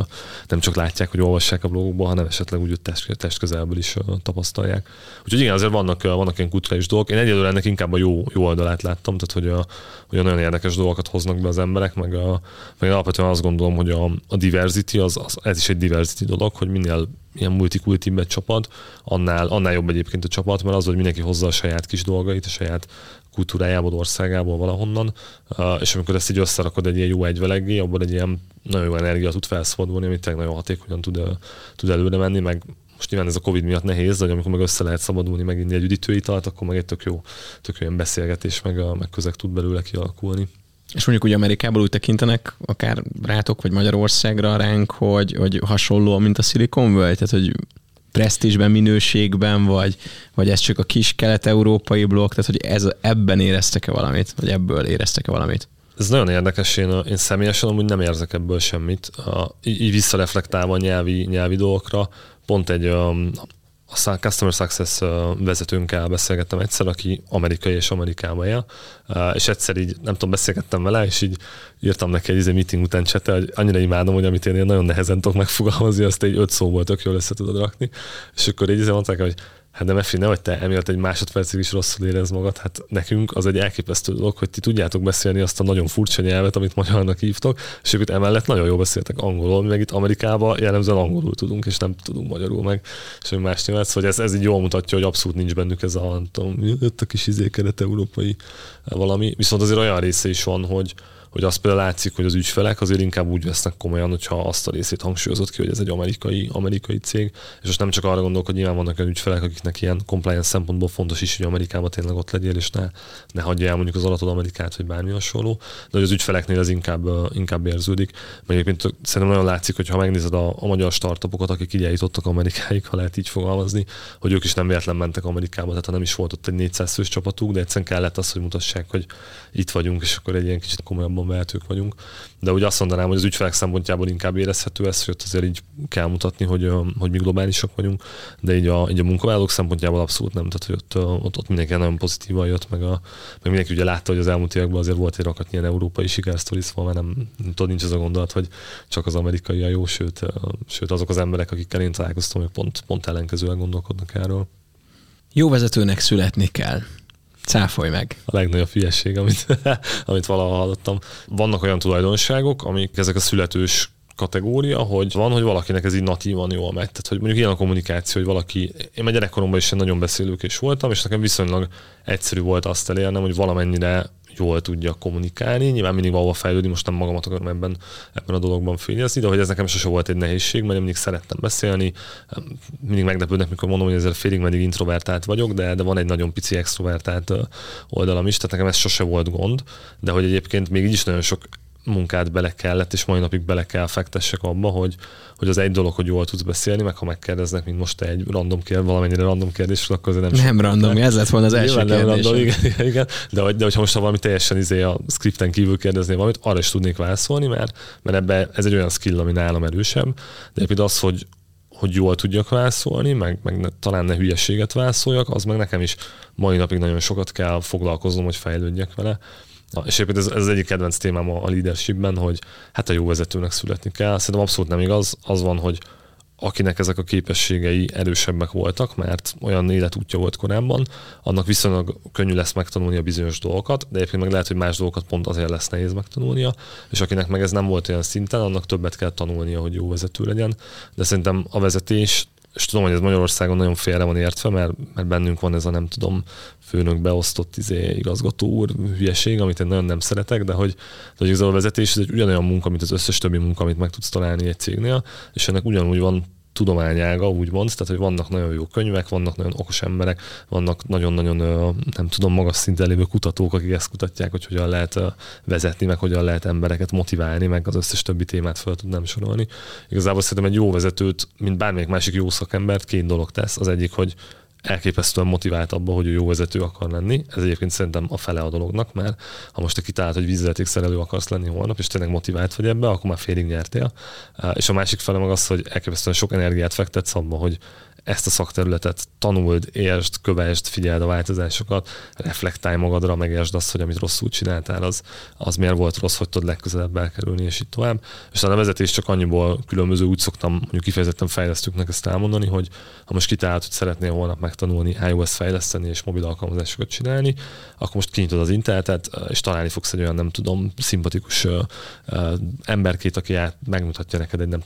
nem csak látják, hogy olvassák a blogokban, hanem esetleg úgy test közelből is tapasztalják. Úgyhogy igen, azért vannak ilyen kulturális dolgok. Én egyelőre ennek inkább a jó oldalát láttam, tehát hogy nagyon érdekes dolgokat hoznak be az emberek, meg alapvetően azt gondolom, hogy a diversity, ez is egy diversity dolog, hogy minél ilyen multikultibb egy csapat, annál jobb egyébként a csapat, mert az, hogy mindenki hozza a saját kis dolgait, a saját kultúrájából, országából valahonnan, és amikor ezt így összerakod egy ilyen jó egyveleggé, abban egy ilyen nagyon jó energia tud felszabadulni, amit tényleg nagyon hatékonyan tud előre menni, meg most nyilván ez a Covid miatt nehéz, de amikor meg össze lehet szabadulni, megint egy üdítőitalt, akkor meg egy tök jó ilyen beszélgetés, meg közeg tud belőle kialakulni. És mondjuk úgy Amerikából úgy tekintenek, akár rátok, vagy Magyarországra ránk, hogy hasonló, mint a Silicon Valley, tehát hogy presztízsben, minőségben, vagy ez csak a kis kelet-európai blokk, tehát hogy ebben éreztek-e valamit, vagy ebből éreztek-e valamit? Ez nagyon érdekes, én személyesen amúgy nem érzek ebből semmit. Így visszareflektálva a nyelvi dolgokra, pont egy a Customer Success vezetőnkkel beszélgettem egyszer, aki amerikai és Amerikában él, és egyszer így, nem tudom, beszélgettem vele, és így írtam neki egy meeting után csetel, hogy annyira imádom, hogy amit én nagyon nehezen tudok megfogalmazni, azt egy 5 szóból tök jól össze tudod rakni, és akkor így mondták, hogy hát de Mefi, nehogy te emiatt egy másodpercig is rosszul érez magad, hát nekünk az egy elképesztő dolog, hogy ti tudjátok beszélni azt a nagyon furcsa nyelvet, amit magyarnak hívtok, és ők emellett nagyon jól beszéltek angolul, mi meg itt Amerikában jellemzően angolul tudunk, és nem tudunk magyarul meg, és más nyelvet, szóval ez így jól mutatja, hogy abszolút nincs bennük ez a, nem tudom, jött a kis kelet-európai valami, viszont azért olyan része is van, hogy az például látszik, hogy az ügyfelek azért inkább úgy vesznek komolyan, hogyha azt a részét hangsúlyozott ki, hogy ez egy amerikai cég, és most nem csak arra gondolok, hogy nyilván vannak olyan ügyfelek, akiknek ilyen compliance szempontból fontos is, hogy Amerikában tényleg ott legyél, és ne hagyja el mondjuk az alatod Amerikát, vagy bármi hasonló, de hogy az ügyfeleknél ez inkább érződik. Meg egyébként szerintem nagyon látszik, hogy ha megnézed a magyar startupokat, akik így eljutottak Amerikáig, ha lehet így fogalmazni, hogy ők is nem véletlen mentek Amerikába, tehát ha nem is volt ott egy 400 fős csapatuk, de egyszerűen kellett az, hogy mutassák, hogy itt vagyunk, és akkor egy ilyen kicsit komolyabban jobban vehetők vagyunk. De úgy azt mondanám, hogy az ügyfelek szempontjából inkább érezhető ez, hogy azért így kell mutatni, hogy mi globálisak vagyunk, de így a munkavállalók szempontjából abszolút nem. Tehát, hogy ott mindenki nagyon pozitívan jött, meg mindenki ugye látta, hogy az elmúlt években azért volt egy rakat ilyen európai sikersztori, szóval nem nincs az a gondolat, hogy csak az amerikai a jó, sőt azok az emberek, akikkel én találkoztam, hogy pont ellenkezően gondolkodnak erről. Jó vezetőnek születni kell. Cáfolj meg. A legnagyobb hülyesség, amit valaha hallottam. Vannak olyan tulajdonságok, amik ezek a születős kategória, hogy valakinek ez így natívan jól megy. Tehát, hogy mondjuk ilyen a kommunikáció, hogy valaki, én már gyerekkoromban is nagyon beszélőkés voltam, és nekem viszonylag egyszerű volt azt elérnem, hogy valamennyire jól tudja kommunikálni. Nyilván mindig valahol fejlődni, most nem magamat akarom ebben a dologban fényezni, de hogy ez nekem sose volt egy nehézség, mert én mindig szerettem beszélni. Mindig meglepődnek, mikor mondom, hogy ezzel félig meddig introvertált vagyok, de van egy nagyon pici extrovertált oldalam is, tehát nekem ez sose volt gond, de hogy egyébként még így is nagyon sok munkát bele kellett, és mai napig bele kell fektessek abba, hogy az egy dolog, hogy jól tudsz beszélni, meg ha megkérdeznek, mint most te egy valamennyire random kérdésről, akkor azért nem random, ez lett volna az első kérdés. Igen, de hogyha most valami teljesen a scripten kívül kérdezné valamit, arra is tudnék válaszolni, mert ebbe ez egy olyan skill, ami nálam erősebb, de például az, hogy jól tudjak válaszolni, meg talán ne hülyeséget válaszoljak, az meg nekem is mai napig nagyon sokat kell foglalkoznom, hogy fejlődjek vele. És egyébként ez az egyik kedvenc témám a leadershipben, hogy hát a jó vezetőnek születni kell. Szerintem abszolút nem igaz. Az van, hogy akinek ezek a képességei erősebbek voltak, mert olyan életútja volt korábban, annak viszonylag könnyű lesz megtanulni a bizonyos dolgokat, de egyébként meg lehet, hogy más dolgokat pont azért lesz nehéz megtanulnia, és akinek meg ez nem volt olyan szinten, annak többet kell tanulnia, hogy jó vezető legyen. De szerintem a vezetés, és tudom, hogy ez Magyarországon nagyon félre van értve, mert bennünk van ez a nem tudom, főnök beosztott igazgató úr hülyeség, amit én nagyon nem szeretek, de hogy ez a vezetés ez egy ugyanolyan munka, mint az összes többi munka, amit meg tudsz találni egy cégnél, és ennek ugyanúgy van tudományága, úgymond, tehát hogy vannak nagyon jó könyvek, vannak nagyon okos emberek, vannak nagyon-nagyon, nem tudom, magas szinten lévő kutatók, akik ezt kutatják, hogy hogyan lehet vezetni, meg hogyan lehet embereket motiválni, meg az összes többi témát fel tudnám sorolni. Igazából szerintem egy jó vezetőt, mint bármelyik másik jó szakembert, két dolog tesz. Az egyik, hogy elképesztően motivált abba, hogy ő jó vezető akar lenni. Ez egyébként szerintem a fele a dolognak, mert ha most te kitalálod, hogy vízvezetékszerelő akarsz lenni holnap, és tényleg motivált vagy ebbe, akkor már félig nyertél. És a másik fele meg az, hogy elképesztően sok energiát fektetsz abba, hogy ezt a szakterületet tanuld, értsd, kövesd, figyeld a változásokat, reflektálj magadra, megértsd azt, hogy amit rosszul csináltál, az miért volt rossz, hogy tudod legközelebb elkerülni, és így tovább. És a vezetés csak annyiból különböző, úgy szoktam mondjuk kifejezetten fejlesztőknek ezt elmondani, hogy ha most kitalálod, hogy szeretnél holnap megtanulni iOS fejleszteni és mobil alkalmazásokat csinálni, akkor most kinyitod az internetet, és találni fogsz egy olyan, nem tudom, szimpatikus emberkét, aki megmutatja neked egy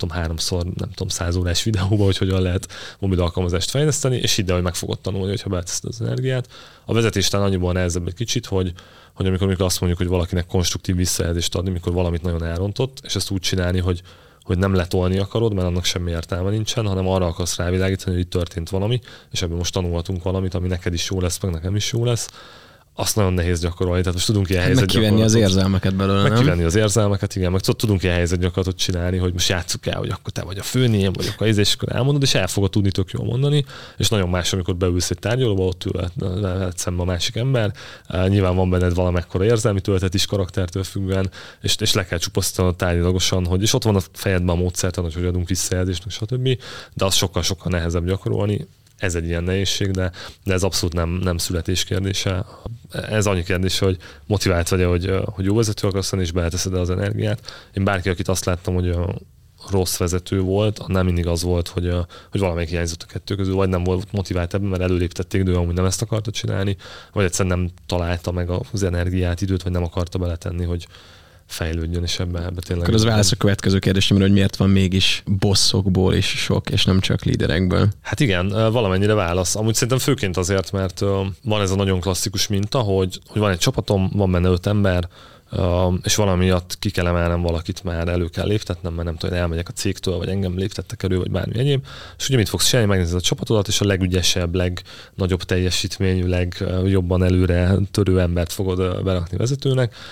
100 órás videóba, hogy hogyan lehet mobil alkalmazást fejleszteni, és ide, hogy meg fogod tanulni, hogyha beteszed az energiát. A vezetéstán annyiból nehezebb egy kicsit, hogy amikor azt mondjuk, hogy valakinek konstruktív visszajelzést adni, mikor valamit nagyon elrontott, és ezt úgy csinálni, hogy nem letolni akarod, mert annak semmi értelme nincsen, hanem arra akarsz rávilágítani, hogy itt történt valami, és ebből most tanulhatunk valamit, ami neked is jó lesz, meg nekem is jó lesz. Azt nagyon nehéz gyakorolni, tehát most tudunk ilyen helyzet gyakorlatot. Meg kivenni az érzelmeket belőle, nem? Kivenni az érzelmeket, igen, meg tudunk ilyen helyzet gyakorlatot csinálni, hogy most játsszuk el, hogy akkor te vagy a főném, vagy akkor és akkor elmondod, és el fogod tudni tök jól mondani, és nagyon más, amikor beülsz egy tárgyalóba, ott ül szembe a másik ember, nyilván van benned valamekkora érzelmi töltet is karaktertől függően, és le kell csupaszítanod tárgyalagosan, hogy és ott van a fejedben a módszertan, hogy adunk visszajelzést, stb. De az sokkal-sokkal nehezebb gyakorolni. Ez egy ilyen nehézség, de ez abszolút nem születés kérdése. Ez annyi kérdése, hogy motivált vagy, hogy jó vezető akarsz lenni, és beleteszed az energiát. Én bárki, akit azt láttam, hogy rossz vezető volt, nem mindig az volt, hogy valamelyik hiányzott a kettő közül, vagy nem volt motivált ebben, mert előléptették, de ő amúgy nem ezt akarta csinálni, vagy egyszerűen nem találta meg az energiát, időt, vagy nem akarta beletenni, hogy fejlődjön, és ebbe tényleg... Akkor az válasz a következő kérdésemre, hogy miért van mégis bosszokból is sok, és nem csak líderekből? Hát igen, valamennyire válasz. Amúgy szerintem főként azért, mert van ez a nagyon klasszikus minta, hogy van egy csapatom, van benne 5 ember, és valamiatt ki kell emelnem valakit, már elő kell léptetnem, mert nem tudom, elmegyek a cégtől, vagy engem léptettek elő, vagy bármi egyéb. És ugye mit fogsz csinálni, megnézed a csapatodat, és a legügyesebb, legnagyobb teljesítményű, legjobban előre törő embert fogod berakni vezetőnek.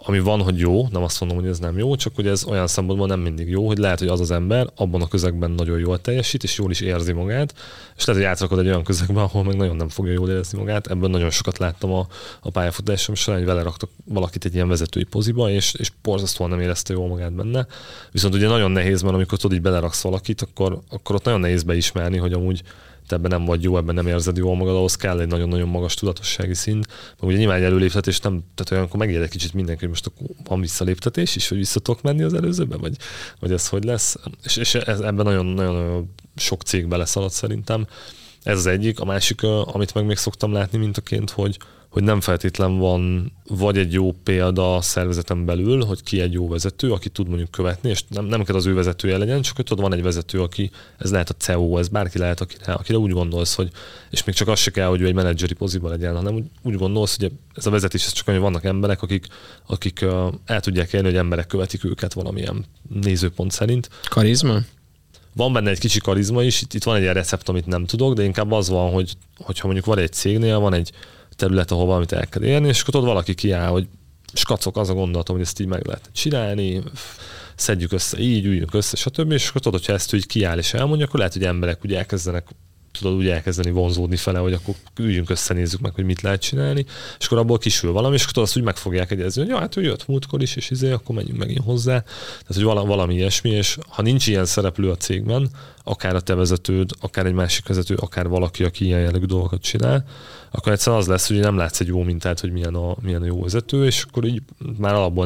ami van, hogy jó, nem azt mondom, hogy ez nem jó, csak hogy ez olyan szempontból nem mindig jó, hogy lehet, hogy az ember abban a közegben nagyon jól teljesít, és jól is érzi magát, és lehet, hogy átrakod egy olyan közegben, ahol meg nagyon nem fogja jól érezni magát. Ebből nagyon sokat láttam a pályafutásom során, hogy vele raktak valakit egy ilyen vezetői poziba, és borzasztóan nem érezte jól magát benne. Viszont ugye nagyon nehéz, mert amikor tudod, így beleraksz valakit, akkor ott nagyon nehéz beismerni, hogy amúgy te ebben nem vagy jó, ebben nem érzed jól magad, ahhoz kell egy nagyon-nagyon magas tudatossági szint. Meg ugye nyilván előléptetés nem, tehát olyankor megér egy kicsit mindenki, hogy most van visszaléptetés is, hogy vissza tudok menni az előzőbe, vagy ez hogy lesz. És ebben nagyon-nagyon sok cég beleszaladt szerintem. Ez az egyik. A másik, amit meg még szoktam látni mintaként, hogy nem feltétlen van vagy egy jó példa a szervezeten belül, hogy ki egy jó vezető, aki tud mondjuk követni, és nem kell az ő vezetője legyen, csak hogy tudod, van egy vezető, aki, ez lehet a CEO, ez bárki lehet, akire úgy gondolsz, hogy, és még csak az se kell, hogy ő egy menedzseri poziba legyen, hanem úgy gondolsz, hogy ez a vezetés, ez csak hogy vannak emberek, akik el tudják élni, hogy emberek követik őket valamilyen nézőpont szerint. Karizma? Van benne egy kicsi karizma is, itt van egy ilyen recept, amit nem tudok, de inkább az van, hogyha mondjuk van egy cégnél, van egy terület, ahol valamit el kell érni, és akkor tudod, valaki kiáll, hogy skacok, az a gondolatom, hogy ezt így meg lehet csinálni, szedjük össze így, üljünk össze, stb. És akkor tudod, hogyha ezt úgy kiáll és elmondja, akkor lehet, hogy emberek úgy elkezdenek, tudod, úgy elkezdeni vonzódni fele, hogy akkor üljünk össze, nézzük meg, hogy mit lehet csinálni, és akkor abból kisül valami, és akkor tudod, azt úgy meg fogják egyezni, hogy ja, hát ő jött múltkor is, és akkor menjünk megint hozzá. Tehát, hogy valami ilyesmi, és ha nincs ilyen szereplő a cégben, akár a te vezetőd, akár egy másik vezető, akár valaki, aki ilyen jellegű dolgokat csinál, akkor egyszerűen az lesz, hogy nem látsz egy jó mintát, hogy milyen a jó vezető, és akkor így már alapból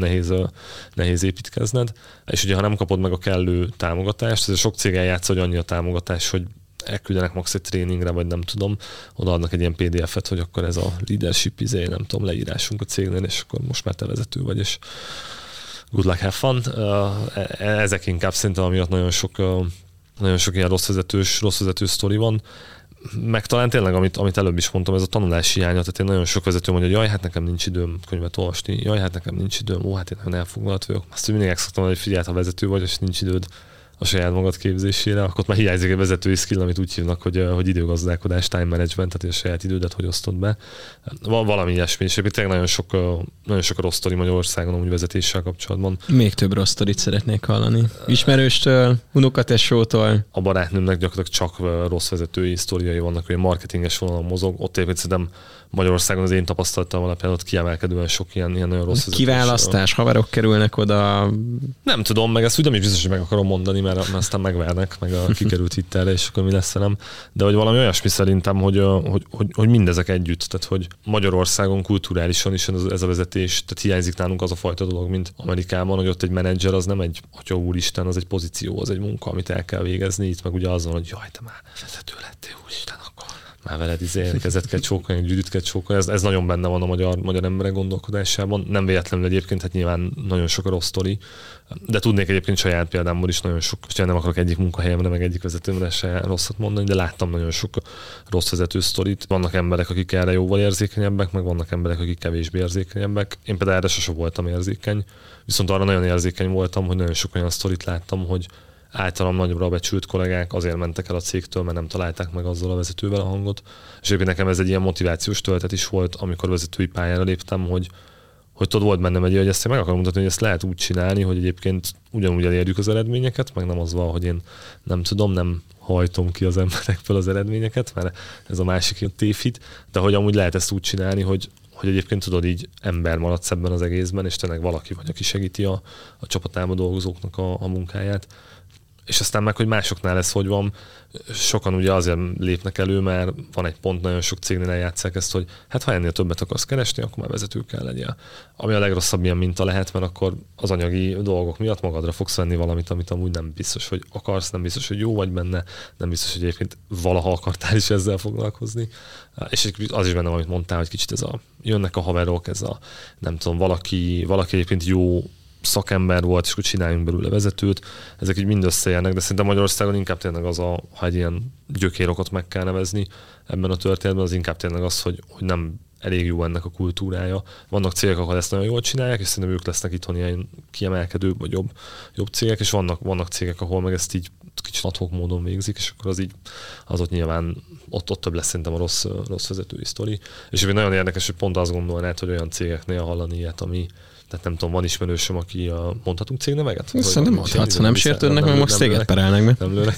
nehéz építkezned. És ugye, ha nem kapod meg a kellő támogatást, ez a sok cég eljátsza, hogy annyi a támogatás, hogy elküldenek max egy tréningre, vagy nem tudom, odaadnak egy ilyen PDF-et, hogy akkor ez a leadership nem tudom, leírásunk a cégnél, és akkor most már te vezető vagy, és good luck, have fun. Ezek inkább szerintem, amiatt nagyon sok ilyen rossz vezető sztori van. Meg talán tényleg, amit előbb is mondtam, ez a tanulási hiánya, tehát én nagyon sok vezető mondja, hogy jaj, hát nekem nincs időm könyvet olvasni, jaj, hát nekem nincs időm, hát én nagyon elfoglalt vagyok. Azt mindig megszoktam, hogy figyelj, ha vezető vagy, és nincs időd a saját magad képzésére, akkor már hiányzik egy vezetői skill, amit úgy hívnak, hogy időgazdálkodás, time management, tehát a saját idődet hogy osztod be. Valami ilyesmi, és tényleg nagyon sok a rossz sztori Magyarországon amúgy vezetéssel kapcsolatban. Még több rossz sztorit szeretnék hallani. Ismerőstől, unokatesótól. A barátnőmnek gyakorlatilag csak rossz vezetői sztoriai vannak, hogy marketinges vonalon mozog. Ott éppen szerintem Magyarországon az én tapasztalatom alapján ott kiemelkedően sok ilyen nagyon rossz vezetős. Kiválasztás, haverok kerülnek oda. Nem tudom, meg ezt úgy nem is biztos, hogy meg akarom mondani, mert aztán megvernek, meg a kikerült hittelre, és akkor mi lesz, nem. De hogy valami olyasmi szerintem, hogy mindezek együtt, tehát hogy Magyarországon kulturálisan is ez a vezetés, tehát hiányzik nálunk az a fajta dolog, mint Amerikában, hogy ott egy menedzser az nem egy atya úristen, az egy pozíció, az egy munka, amit el kell végezni. Itt meg ugye az van, hogy jaj, te már vezető lettél, úristen, akkor már veled kezet kell csókolni, gyűrűt kell csókolni. Ez nagyon benne van a magyar emberek gondolkodásában. Nem véletlenül egyébként, hát nyilván nagyon sok a rossz sztori, de tudnék egyébként saját példámból is nagyon sok, és nem akarok egyik munkahelyemre, meg egyik vezetőmre se rosszat mondani, de láttam nagyon sok rossz vezető sztorit. Vannak emberek, akik erre jóval érzékenyebbek, meg vannak emberek, akik kevésbé érzékenyebbek. Én például erre sosem voltam érzékeny, viszont arra nagyon érzékeny voltam, hogy nagyon sok olyan sztorit láttam, hogy általam nagyobbra becsült kollégák azért mentek el a cégtől, mert nem találták meg azzal a vezetővel a hangot. És egyébként nekem ez egy ilyen motivációs töltet is volt, amikor vezetői pályára léptem, hogy tudod, volt bennem egy, hogy ezt én meg akarom mutatni, hogy ezt lehet úgy csinálni, hogy egyébként ugyanúgy elérjük az eredményeket, meg nem az van, hogy én nem hajtom ki az emberekből az eredményeket, mert ez a másik tévhit, de hogy amúgy lehet ezt úgy csinálni, hogy egyébként tudod, így ember maradsz ebben az egészben, és tényleg valaki vagy, aki segíti a csapatában dolgozóknak a munkáját. És aztán meg, hogy másoknál ez hogy van, sokan ugye azért lépnek elő, mert van egy pont, nagyon sok cégnél eljátsszák ezt, hogy hát ha ennél többet akarsz keresni, akkor már vezető kell legyél. Ami a legrosszabb ilyen minta lehet, mert akkor az anyagi dolgok miatt magadra fogsz venni valamit, amit amúgy nem biztos, hogy akarsz, nem biztos, hogy jó vagy benne, nem biztos, hogy egyébként valaha akartál is ezzel foglalkozni. És az is benne, amit mondtál, hogy kicsit jönnek a haverok, nem tudom, valaki egyébként jó szakember volt, és akkor csináljunk belőle vezetőt. Ezek így mind összejönnek, de szerintem Magyarországon inkább tényleg az, ha egy ilyen gyökérokot meg kell nevezni ebben a történetben, az inkább tényleg az, hogy nem elég jó ennek a kultúrája. Vannak cégek, ahol ezt nagyon jól csinálják, és szerintem ők lesznek itthon ilyen kiemelkedőbb vagy jobb cégek, és vannak cégek, ahol meg ezt így kicsit ad-hoc módon végzik, és akkor az ott nyilván ott több lesz szerintem a rossz vezetői sztori. És nagyon érdekes, hogy pont azt gondolnád, hogy olyan cégeknél hallani ilyet, ami Tehát nem tudom, van ismerősöm, aki mondhatunk cégneveket? Szerintem mondhatsz, ha nem sértődnek, meg most téged perelnek be. Nem lőnek.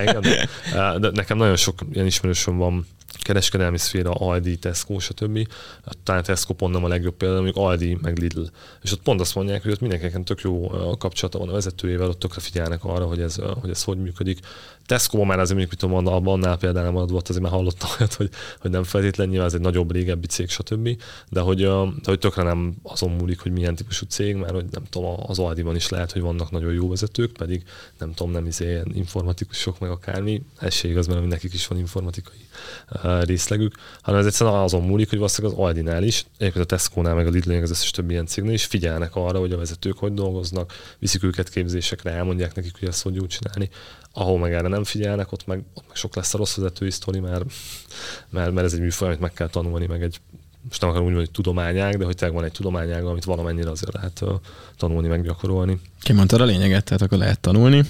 De nekem nagyon sok ilyen ismerősöm van, kereskedelmi szféra, Aldi, Tesco, stb. Talán Tesco pont nem a legjobb példa, mondjuk Aldi, meg Lidl. És ott pont azt mondják, hogy ott mindenkinek tök jó kapcsolata van a vezetőjével, ott tökre figyelnek arra, hogy ez hogy működik. Tesco már azért mondjuk, mit tudom, annál például nem volt, azért már hallottam olyat, hogy nem feltétlenül, nyilván ez egy nagyobb, régebbi cég, stb. De hogy tökre nem azon múlik, hogy milyen típusú cég, mert hogy nem tudom, az Aldiban is lehet, hogy vannak nagyon jó vezetők, pedig nem tudom, nem ilyen informatikusok, meg akármi. Ez se igaz, mert nekik is van informatikai részlegük, hanem ez egyszerűen azon múlik, hogy valószínűleg az Aldinál is, egyébként a Tesco-nál, meg a Lidl-nél, az összes többi ilyen cégnél is figyelnek arra, hogy a vezetők hogy dolgoznak, viszik őket képzésekre, elmondják nekik, hogy ezt hogy úgy csinálni. Ahol meg erre nem figyelnek, ott meg sok lesz a rossz vezetői sztori, mert ez egy műfaj, amit meg kell tanulni, meg egy, most nem akarom úgy mondani, hogy tudományág, de hogy tényleg van egy tudományág, amit valamennyire azért lehet tanulni, meg gyakorolni. Kimondtad a lényeget, tehát akkor lehet tanulni.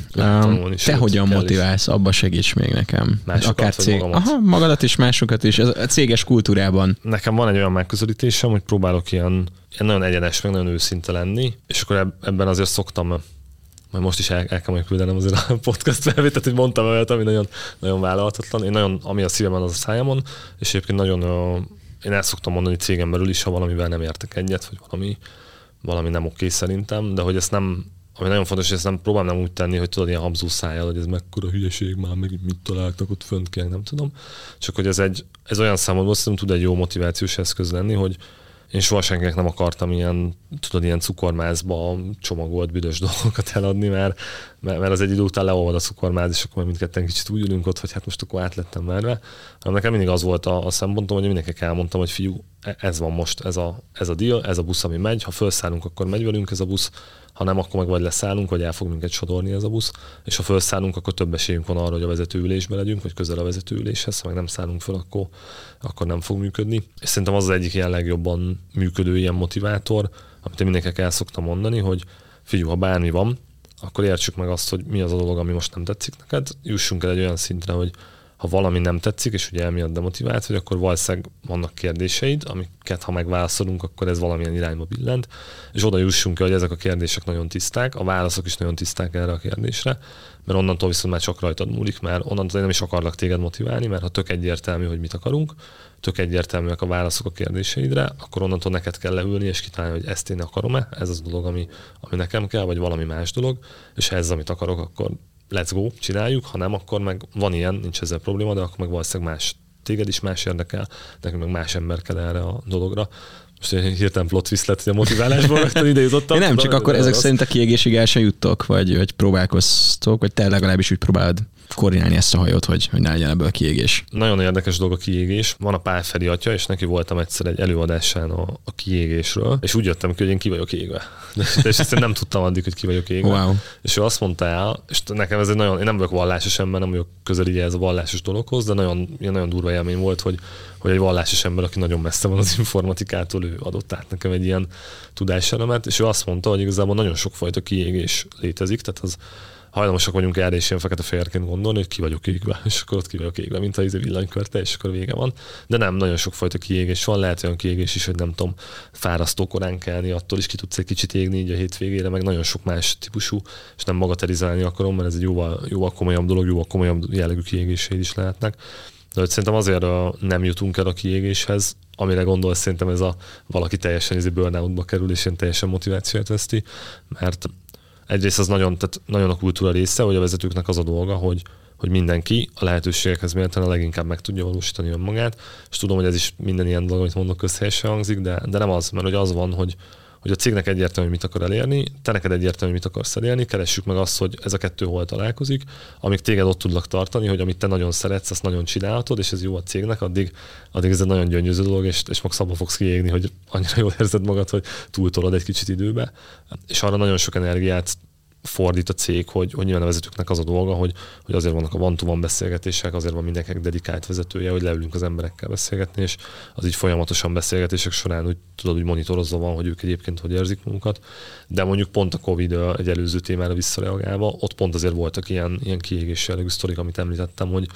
Te hogyan motiválsz? Abba segíts még nekem. Másokat, akár cég. Magadat is, másokat is, ez a céges kultúrában. Nekem van egy olyan megközelítésem, hogy próbálok ilyen nagyon egyenes, meg nagyon őszinte lenni, és akkor ebben azért szoktam, majd most is el kell majd küldenem azért a podcast felvételt, hogy mondtam olyat, ami nagyon, nagyon vállalhatatlan. Én nagyon, ami a szívemben, az a szájamon, és egyébként nagyon, én el szoktam mondani cégem belül is, ha valamivel nem értek egyet, vagy valami nem oké szerintem, de hogy ezt nem, ami nagyon fontos, hogy ezt nem próbálom nem úgy tenni, hogy tudod, ilyen habzó szájjal, hogy ez mekkora hülyeség már, meg mit találtak ott fönt kell, nem tudom. Csak hogy ez olyan számomra szerintem tud egy jó motivációs eszköz lenni, hogy én soha senkinek nem akartam ilyen cukormázba csomagolt büdös dolgokat eladni, mert az egy idő után leolvad a cukormáz, és akkor mindketten kicsit úgy ülünk ott, hogy hát most akkor át lettem verve. Hanem nekem mindig az volt a szempontom, hogy mindenkinek elmondtam, hogy fiú, ez van most, ez a deal, ez a busz, ami megy, ha felszállunk, akkor megy velünk ez a busz, ha nem, akkor meg vagy leszállunk, vagy el fog minket sodorni ez a busz, és ha felszállunk, akkor több esélyünk van arra, hogy a vezetőülésbe legyünk, vagy közel a vezetőüléshez, ha meg nem szállunk fel, akkor nem fog működni. És szerintem az egyik ilyen legjobban működő ilyen motivátor, amit én mindenkinek el szoktam mondani, hogy figyelj, ha bármi van, akkor értsük meg azt, hogy mi az a dolog, ami most nem tetszik neked, jussunk el egy olyan szintre, hogy ha valami nem tetszik, és ugye emiatt demotivált, hogy akkor valószínűleg vannak kérdéseid, amiket ha megválaszolunk, akkor ez valamilyen irányba billent, és oda jussunk el, hogy ezek a kérdések nagyon tiszták, a válaszok is nagyon tiszták erre a kérdésre, mert onnantól viszont már csak rajtad múlik, mert onnantól én nem is akarlak téged motiválni, mert ha tök egyértelmű, hogy mit akarunk, tök egyértelműek a válaszok a kérdéseidre, akkor onnantól neked kell leülni és kitalálni, hogy ezt én akarom-e, ez az a dolog, ami nekem kell, vagy valami más dolog, és ha ez, amit akarok, akkor let's go, csináljuk, ha nem, akkor meg van ilyen, nincs ezzel probléma, de akkor meg valószínűleg más, téged is más érdekel, nekünk meg más ember kell erre a dologra. Most hirtelen plot twist lett, hogy a motiválásból rögtön ide jutottam. Nem, csak akkor ezek szerint a kiégésig el sem juttok, vagy próbálkoztok, vagy te legalábbis úgy próbálod koordinálni ezt a hajót, hogy ne legyen ebből a kiégés. Nagyon érdekes dolog a kiégés. Van a Pál Feri atya, és neki voltam egyszer egy előadásán a kiégésről, és úgy jöttem ki, hogy én ki vagyok égve. És ezt nem tudtam addig, hogy ki vagyok égve. Wow. És ő azt mondta el, és nekem ez egy nagyon, én nem vagyok vallásos ember, nem vagyok közel így ez a vallásos dologhoz, de nagyon durva élmény volt, hogy egy vallásos ember, aki nagyon messze van az informatikától, ő adott át nekem egy ilyen tudáselemet, és ő azt mondta, hogy igazából nagyon sokfajta kiégés létezik, tehát az hajlamosak vagyunk erre is ilyen fekete-fehérként gondolni, hogy ki vagyok égve, és akkor ott ki vagyok égve, mint a villanykörte, és akkor vége van. De nem, nagyon sokfajta kiégés van, lehet olyan kiégés is, hogy nem tudom, fárasztó korán kelni, attól is ki tudsz egy kicsit égni így a hétvégére, meg nagyon sok más típusú, és nem bagatelizálni akarom, mert ez egy jóval komolyabb dolog, jóval komolyabb jellegű kiégéseid is lehetnek. De hogy szerintem azért nem jutunk el a kiégéshez, amire gondolsz, szerintem ez valaki teljesen burnoutba kerül, és ilyen teljesen motivációt veszti, mert egyrészt az nagyon a kultúra része, hogy a vezetőknek az a dolga, hogy mindenki a lehetőségekhez mérten a leginkább meg tudja valósítani önmagát, és tudom, hogy ez is minden ilyen dolog, amit mondok, közhelyesen hangzik, de nem az, mert hogy az van, hogy a cégnek egyértelmű, mit akar elérni, te neked egyértelmű, mit akarsz elérni, keressük meg azt, hogy ez a kettő hol találkozik, amíg téged ott tudlak tartani, hogy amit te nagyon szeretsz, azt nagyon csinálhatod, és ez jó a cégnek, addig ez egy nagyon gyöngyöző dolog, és max abban fogsz kiégni, hogy annyira jól érzed magad, hogy túltolod egy kicsit időbe. És arra nagyon sok energiát fordít a cég, hogy nyilván a vezetőknek az a dolga, hogy azért vannak a one-to-one beszélgetések, azért van mindenkinek dedikált vezetője, hogy leülünk az emberekkel beszélgetni, és az így folyamatosan beszélgetések során úgy tudod, hogy monitorozva van, hogy ők egyébként hogy érzik magukat. De mondjuk pont a Covid egy előző témára visszareagálva, ott pont azért voltak ilyen kiégés jellegű sztorik, amit említettem,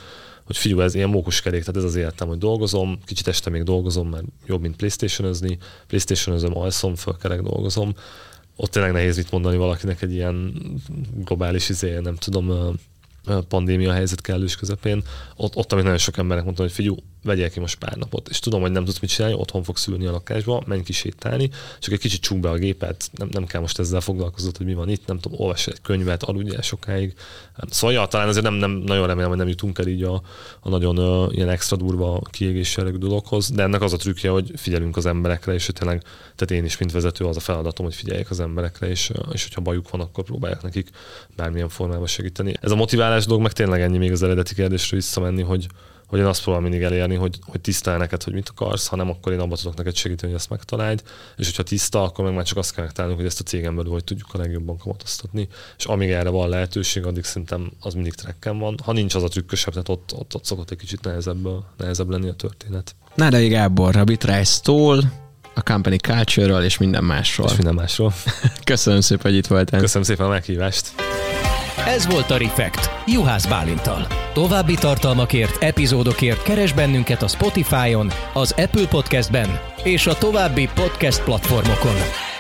figyelj, ez ilyen mókuskerék, tehát ez az életem, hogy dolgozom, kicsit este még dolgozom, mert jobb, mint PlayStation-özöm, alszom, fölkelek, dolgozom. Ott tényleg nehéz mit mondani valakinek egy ilyen globális nem tudom, pandémia helyzet kellős közepén. Ott amit nagyon sok embernek mondtam, hogy figyelj, vegyél ki most pár napot, és tudom, hogy nem tudsz mit csinálni, otthon fogsz ülni a lakásba, menj ki sétálni, csak egy kicsit csukd be a gépet, nem kell most ezzel foglalkozni, hogy mi van itt, nem tudom, olvasd egy könyvet, aludjál sokáig. Szóval talán azért nem nagyon remélem, hogy nem jutunk el így a nagyon ilyen extra durva kiégésjellegű dologhoz, de ennek az a trükkje, hogy figyelünk az emberekre, és hogy tényleg, tehát én is, mint vezető, az a feladatom, hogy figyeljek az emberekre, és hogyha bajuk van, akkor próbálják nekik bármilyen formában segíteni. Ez a motiválás dolog meg tényleg ennyi, még az eredeti kérdésre visszamenni, hogy én azt próbálom mindig elérni, hogy tisztál neked, hogy mit akarsz, ha nem, akkor én abban tudok neked segíteni, hogy ezt megtaláld, és hogyha tiszta, akkor meg már csak azt kell megtalálnunk, hogy ezt a cégen belül hogy tudjuk a legjobban kamatoztatni, és amíg erre van lehetőség, addig szerintem az mindig trekken van. Ha nincs az a trükkösebb, tehát ott szokott egy kicsit nehezebb lenni a történet. Nádai Gábor, a Bitrise-tól, a company culture-ről és minden másról. Köszönöm szépen, hogy itt voltál. Köszönöm szépen a meghívást. Ez volt a Refekt Juhász Bálinttal. További tartalmakért, epizódokért keresd bennünket a Spotify-on, az Apple Podcastben és a további podcast platformokon.